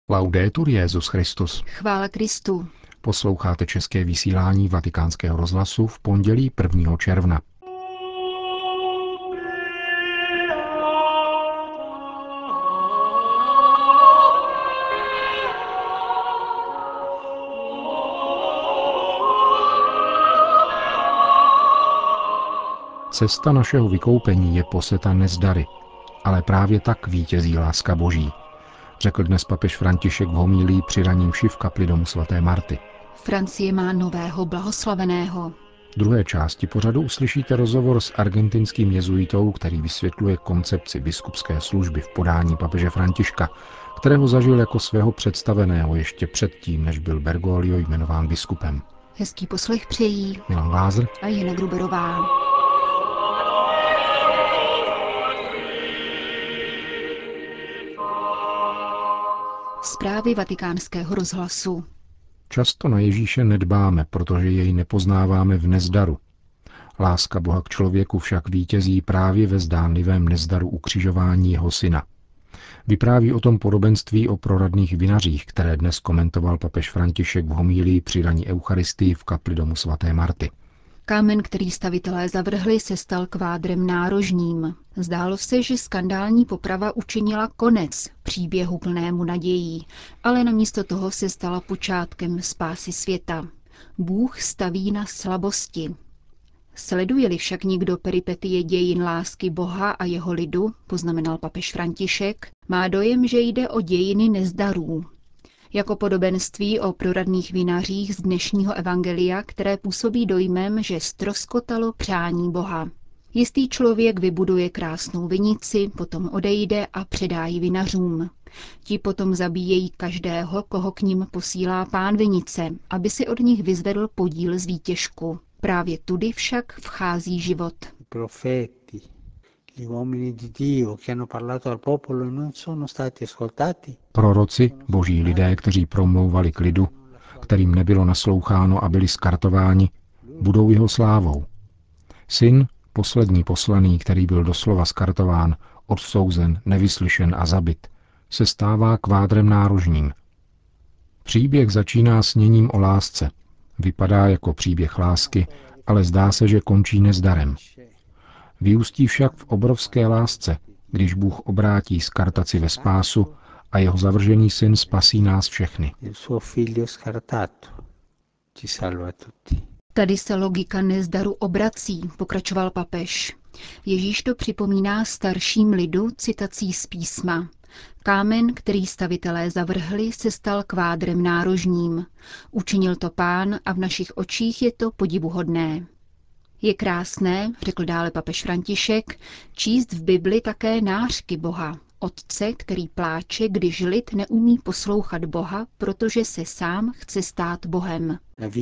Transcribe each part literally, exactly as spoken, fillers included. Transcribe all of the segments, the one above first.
Laudetur Jesus Christus. Chvála Kristu. Posloucháte české vysílání Vatikánského rozhlasu v pondělí prvního června. Cesta našeho vykoupení je poseta nezdary, ale právě tak vítězí láska Boží, řekl dnes papež František v homílii při raní mši v kapli domu svaté Marty. Francie má nového blahoslaveného. V druhé části pořadu uslyšíte rozhovor s argentinským jezuitou, který vysvětluje koncepci biskupské služby v podání papeže Františka, kterého zažil jako svého představeného ještě předtím, než byl Bergoglio jmenován biskupem. Hezký poslech přejí Milan Glázer a Jana Gruberová. Zprávy Vatikánského rozhlasu. Často na Ježíše nedbáme, protože jej nepoznáváme v nezdaru. Láska Boha k člověku však vítězí právě ve zdánlivém nezdaru ukřižování jeho syna. Vypráví o tom podobenství o proradných vinařích, které dnes komentoval papež František v homílii při raní eucharistii v kapli domu svaté Marty. Kámen, který stavitelé zavrhli, se stal kvádrem nárožním. Zdálo se, že skandální poprava učinila konec příběhu plnému nadějí, ale namísto toho se stala počátkem spásy světa. Bůh staví na slabosti. Sleduje-li však někdo peripetie dějin lásky Boha a jeho lidu, poznamenal papež František, má dojem, že jde o dějiny nezdarů. Jako podobenství o proradných vinařích z dnešního evangelia, které působí dojmem, že ztroskotalo přání Boha. Jistý člověk vybuduje krásnou vinici, potom odejde a předá ji vinařům. Ti potom zabíjejí každého, koho k ním posílá pán vinice, aby si od nich vyzvedl podíl z výtěžku. Právě tudy však vchází život. Profeti, gli uomini di Dio che hanno parlato al popolo non sono stati ascoltati. Proroci, boží lidé, kteří promlouvali k lidu, kterým nebylo nasloucháno a byli skartováni, budou jeho slávou. Syn, poslední poslaný, který byl doslova skartován, odsouzen, nevyslyšen a zabit, se stává kvádrem nárožním. Příběh začíná sněním o lásce. Vypadá jako příběh lásky, ale zdá se, že končí nezdarem. Vyústí však v obrovské lásce, když Bůh obrátí skartaci ve spásu a jeho zavržený syn spasí nás všechny. Tady se logika nezdaru obrací, pokračoval papež. Ježíš to připomíná starším lidu citací z písma. Kámen, který stavitelé zavrhli, se stal kvádrem nárožním. Učinil to Pán a v našich očích je to podivuhodné. Je krásné, řekl dále papež František, číst v Bibli také nářky Boha, Otce, který pláče, když lid neumí poslouchat Boha, protože se sám chce stát Bohem.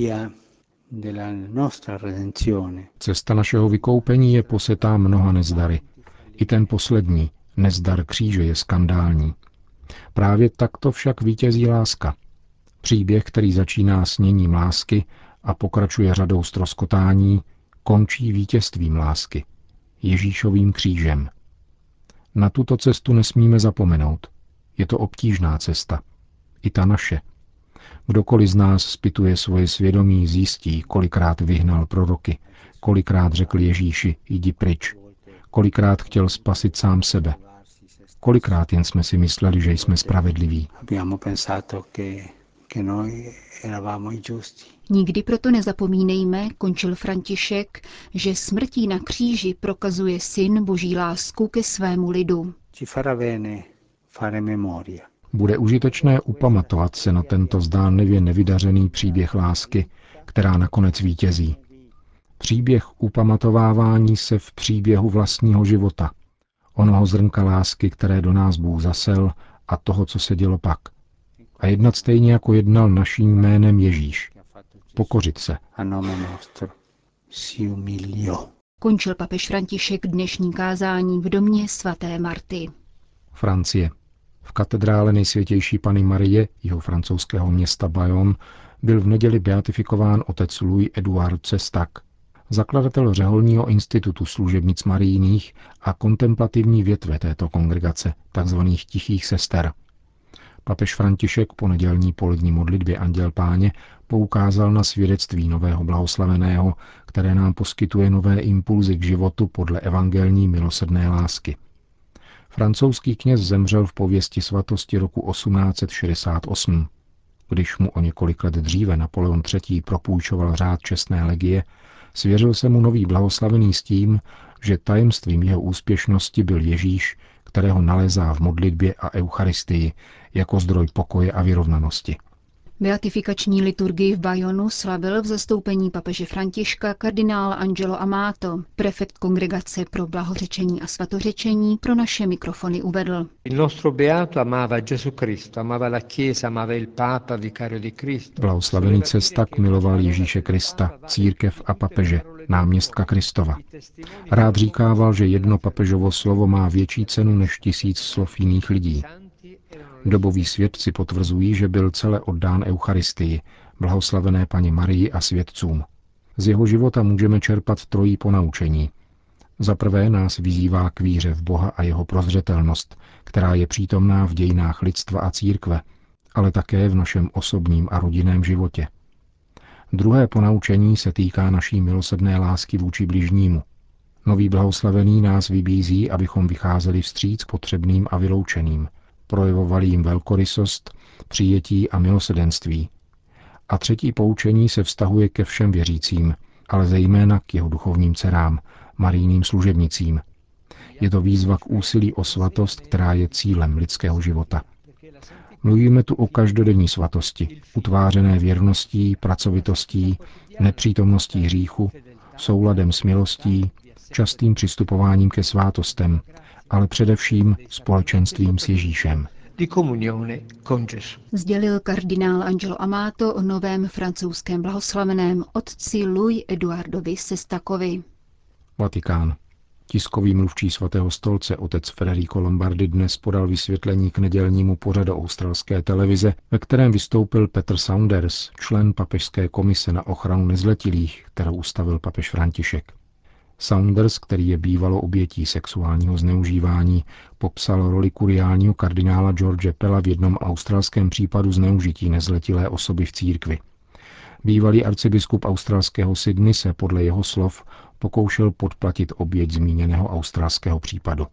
Cesta našeho vykoupení je posetá mnoha nezdary. I ten poslední, nezdar kříže, je skandální. Právě takto však vítězí láska. Příběh, který začíná sněním lásky a pokračuje řadou ztroskotání, končí vítězstvím lásky, Ježíšovým křížem. Na tuto cestu nesmíme zapomenout. Je to obtížná cesta. I ta naše. Kdokoliv z nás zpytuje svoje svědomí, zjistí, kolikrát vyhnal proroky, kolikrát řekl Ježíši, jdi pryč, kolikrát chtěl spasit sám sebe, kolikrát jen jsme si mysleli, že jsme spravedliví. Nikdy proto nezapomínejme, končil František, že smrtí na kříži prokazuje Syn Boží lásku ke svému lidu. Bude užitečné upamatovat se na tento zdánlivě nevydařený příběh lásky, která nakonec vítězí. Příběh upamatovávání se v příběhu vlastního života, onoho zrnka lásky, které do nás Bůh zasel a toho, co se dělo pak. A jednat stejně, jako jednal naším jménem Ježíš. Pokořit se. Končil papež František dnešní kázání v domě svaté Marty. Francie. V katedrále Nejsvětější Panny Marie, jeho francouzského města Bayonne, byl v neděli beatifikován otec Louis Eduard Cestac, zakladatel řeholního institutu služebnic marijných a kontemplativní větve této kongregace, takzvaných tichých sester. Papež František po nedělní polední modlitbě Anděl Páně poukázal na svědectví nového blahoslaveného, které nám poskytuje nové impulzy k životu podle evangelní milosrdné lásky. Francouzský kněz zemřel v pověsti svatosti roku osmnáct set šedesát osm. Když mu o několik let dříve Napoleon třetí. Propůjčoval řád čestné legie, svěřil se mu nový blahoslavený s tím, že tajemstvím jeho úspěšnosti byl Ježíš, kterého nalézá v modlitbě a eucharistii jako zdroj pokoje a vyrovnanosti. Beatifikační liturgii v Bayonu slavil v zastoupení papeže Františka kardinál Angelo Amato. Prefekt Kongregace pro blahořečení a svatořečení pro naše mikrofony uvedl. Blahoslavený cestak miloval Ježíše Krista, církev a papeže, náměstka Kristova. Rád říkával, že jedno papežovo slovo má větší cenu než tisíc slov jiných lidí. Doboví svědci potvrzují, že byl celé oddán eucharistii, blahoslavené Panně Marii a svědcům. Z jeho života můžeme čerpat trojí ponaučení. Za prvé nás vyzývá k víře v Boha a jeho prozřetelnost, která je přítomná v dějinách lidstva a církve, ale také v našem osobním a rodinném životě. Druhé ponaučení se týká naší milosrdné lásky vůči bližnímu. Nový blahoslavený nás vybízí, abychom vycházeli vstříc potřebným a vyloučeným, projevovali jim velkorysost, přijetí a milosrdenství. A třetí poučení se vztahuje ke všem věřícím, ale zejména k jeho duchovním dcerám, Marijným služebnicím. Je to výzva k úsilí o svatost, která je cílem lidského života. Mluvíme tu o každodenní svatosti, utvářené věrností, pracovitostí, nepřítomností hříchu, souladem s milostí, častým přistupováním ke svátostem, ale především společenstvím s Ježíšem. Sdělil kardinál Angelo Amato o novém francouzském blahoslaveném otci Louis Eduardovi Sestakovi. Vatikán. Tiskový mluvčí svatého stolce otec Federico Lombardi dnes podal vysvětlení k nedělnímu pořadu australské televize, ve kterém vystoupil Peter Saunders, člen papežské komise na ochranu nezletilých, kterou ustavil papež František. Saunders, který je bývalo obětí sexuálního zneužívání, popsal roli kuriálního kardinála George Pella v jednom australském případu zneužití nezletilé osoby v církvi. Bývalý arcibiskup australského Sydney se podle jeho slov pokoušel podplatit oběť zmíněného australského případu.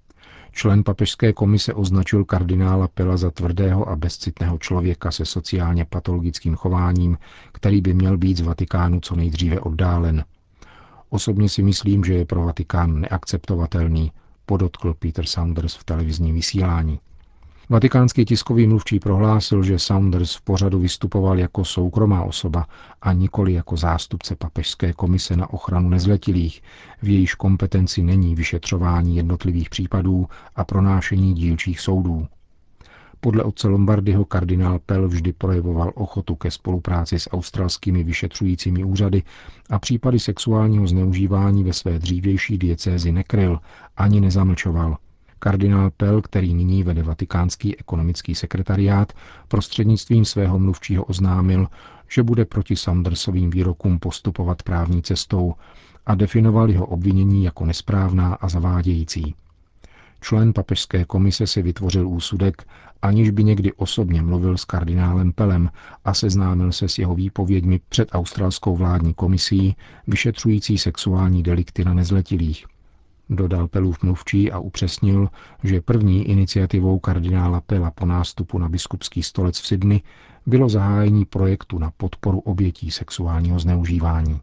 Člen papežské komise označil kardinála Pella za tvrdého a bezcitného člověka se sociálně patologickým chováním, který by měl být z Vatikánu co nejdříve oddálen. Osobně si myslím, že je pro Vatikán neakceptovatelný, podotkl Peter Saunders v televizním vysílání. Vatikánský tiskový mluvčí prohlásil, že Saunders v pořadu vystupoval jako soukromá osoba a nikoli jako zástupce papežské komise na ochranu nezletilých, v jejíž kompetenci není vyšetřování jednotlivých případů a pronášení dílčích soudů. Podle otce Lombardiho kardinál Pell vždy projevoval ochotu ke spolupráci s australskými vyšetřujícími úřady a případy sexuálního zneužívání ve své dřívější diecézi nekryl ani nezamlčoval. Kardinál Pell, který nyní vede vatikánský ekonomický sekretariát, prostřednictvím svého mluvčího oznámil, že bude proti Saundersovým výrokům postupovat právní cestou a definoval jeho obvinění jako nesprávná a zavádějící. Člen papežské komise si vytvořil úsudek, aniž by někdy osobně mluvil s kardinálem Pellem a seznámil se s jeho výpověďmi před australskou vládní komisí vyšetřující sexuální delikty na nezletilých. Dodal Pellův mluvčí a upřesnil, že první iniciativou kardinála Pella po nástupu na biskupský stolec v Sydney bylo zahájení projektu na podporu obětí sexuálního zneužívání.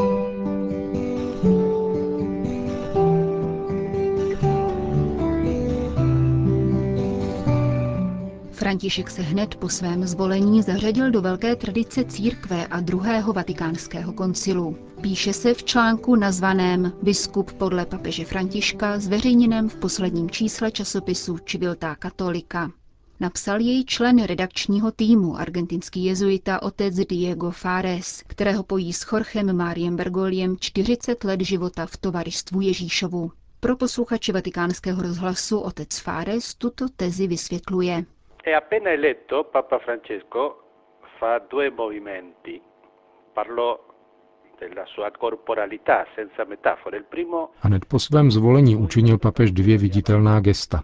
František se hned po svém zvolení zařadil do velké tradice církve a druhého vatikánského koncilu. Píše se v článku nazvaném Biskup podle papeže Františka, zveřejněném v posledním čísle časopisu Civiltà Cattolica. Napsal jej člen redakčního týmu, argentinský jezuita otec Diego Fares, kterého pojí s Jorgem Máriem Bergogliem čtyřicet let života v tovaristvu Ježíšovu. Pro posluchače vatikánského rozhlasu otec Fares tuto tezi vysvětluje. È appena eletto Papa Francesco fa due movimenti. Parlo della sua corporalità senza metafore. Il primo Hned po svém zvolení učinil papež dvě viditelná gesta.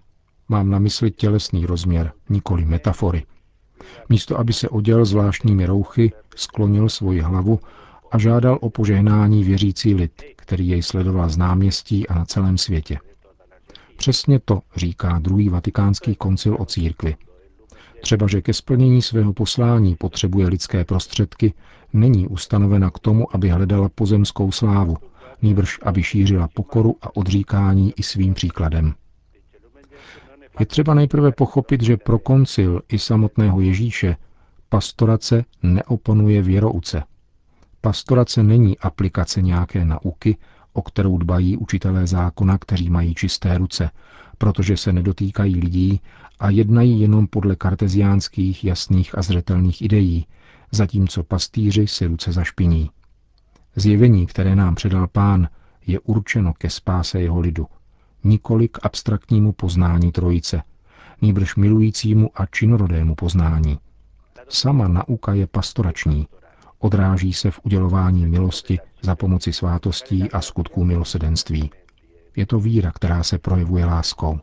Mám na mysli tělesný rozměr, nikoli metafory. Místo aby se oděl zvláštními rouchy, sklonil svoji hlavu a žádal o požehnání věřící lid, který jej sledoval z náměstí a na celém světě. Přesně to říká druhý vatikánský koncil o církvi. Třeba, že ke splnění svého poslání potřebuje lidské prostředky, není ustanovena k tomu, aby hledala pozemskou slávu, nýbrž aby šířila pokoru a odříkání i svým příkladem. Je třeba nejprve pochopit, že pro koncil i samotného Ježíše pastorace neoponuje věrouce. Pastorace není aplikace nějaké nauky, o kterou dbají učitelé zákona, kteří mají čisté ruce, protože se nedotýkají lidí a jednají jenom podle karteziánských, jasných a zřetelných ideí, zatímco pastýři si ruce zašpiní. Zjevení, které nám předal Pán, je určeno ke spáse jeho lidu, nikoli k abstraktnímu poznání trojice, nýbrž milujícímu a činorodému poznání. Sama nauka je pastorační, odráží se v udělování milosti za pomoci svátostí a skutků milosrdenství. Je to víra, která se projevuje láskou.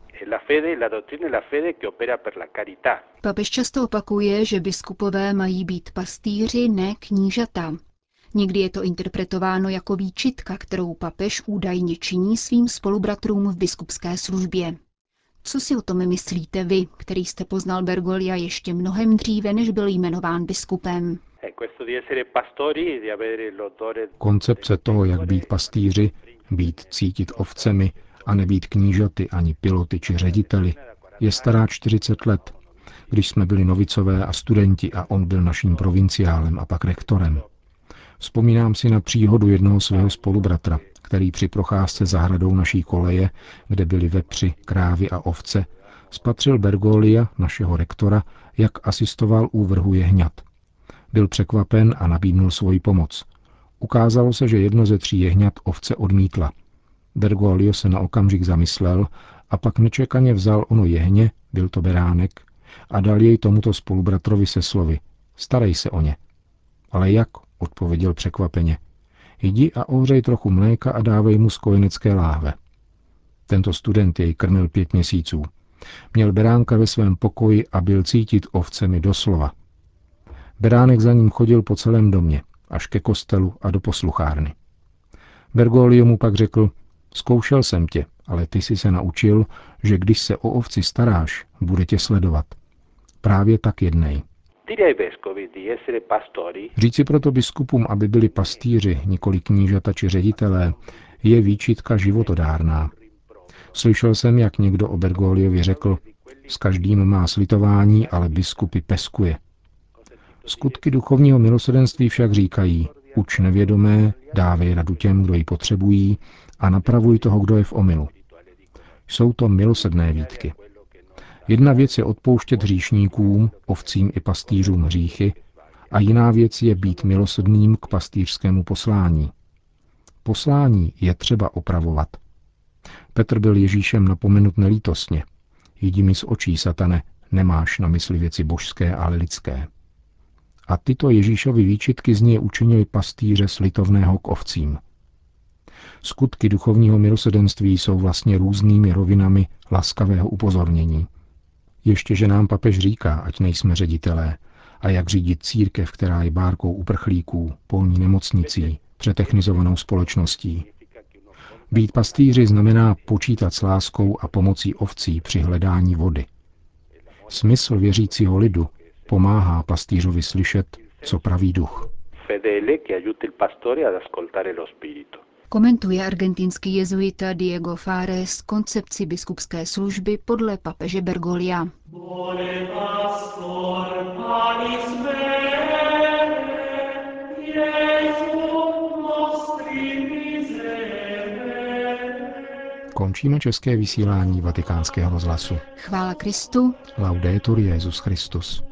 Papež často opakuje, že biskupové mají být pastýři, ne knížata. Někdy je to interpretováno jako výčitka, kterou papež údajně činí svým spolubratrům v biskupské službě. Co si o tom myslíte vy, který jste poznal Bergoglia ještě mnohem dříve, než byl jmenován biskupem? Koncepce toho, jak být pastýři, být cítit ovcemi a nebýt knížaty ani piloty či řediteli, je stará čtyřicet let, když jsme byli novicové a studenti a on byl naším provinciálem a pak rektorem. Vzpomínám si na příhodu jednoho svého spolubratra, který při procházce zahradou naší koleje, kde byly vepři, krávy a ovce, spatřil Bergoglia, našeho rektora, jak asistoval u vrhu jehňat. Byl překvapen a nabídnul svoji pomoc. Ukázalo se, že jedno ze tří jehňat ovce odmítla. Bergoglio se na okamžik zamyslel a pak nečekaně vzal ono jehně, byl to beránek, a dal jej tomuto spolubratrovi se slovy: starej se o ně. Ale jak? Odpověděl překvapeně. Jdi a ohřej trochu mléka a dávej mu z kojenecké láhve. Tento student jej krmil pět měsíců. Měl beránka ve svém pokoji a byl cítit ovcemi doslova. Beránek za ním chodil po celém domě, až ke kostelu a do posluchárny. Bergoglio mu pak řekl: zkoušel jsem tě, ale ty jsi se naučil, že když se o ovci staráš, bude tě sledovat. Právě tak jednej. Říci proto biskupům, aby byli pastýři, nikoli knížata či ředitelé, je výčitka životodárná. Slyšel jsem, jak někdo o Bergogliovi řekl: s každým má slitování, ale biskupy peskuje. Skutky duchovního milosrdenství však říkají: uč nevědomé, dávej radu těm, kdo ji potřebují, a napravuj toho, kdo je v omylu. Jsou to milosrdné výtky. Jedna věc je odpouštět hříšníkům, ovcím i pastýřům hříchy, a jiná věc je být milosrdným k pastýřskému poslání. Poslání je třeba opravovat. Petr byl Ježíšem napomenut nelítostně. Jdi mi z očí, satane, nemáš na mysli věci božské, ale lidské. A tyto Ježíšovy výčitky z něj učinili pastýře slitovného k ovcím. Skutky duchovního milosrdenství jsou vlastně různými rovinami laskavého upozornění. Ještě, že nám papež říká, ať nejsme ředitelé, a jak řídit církev, která je bárkou uprchlíků, polní nemocnicí, přetechnizovanou společností. Být pastýři znamená počítat s láskou a pomocí ovcí při hledání vody. Smysl věřícího lidu pomáhá pastýřovi slyšet, co praví duch. Komentuje argentinský jezuita Diego Fares koncepci biskupské služby podle papeže Bergoglia. Končíme české vysílání Vatikánského rozhlasu. Chvála Kristu. Laudetur Jesus Christus.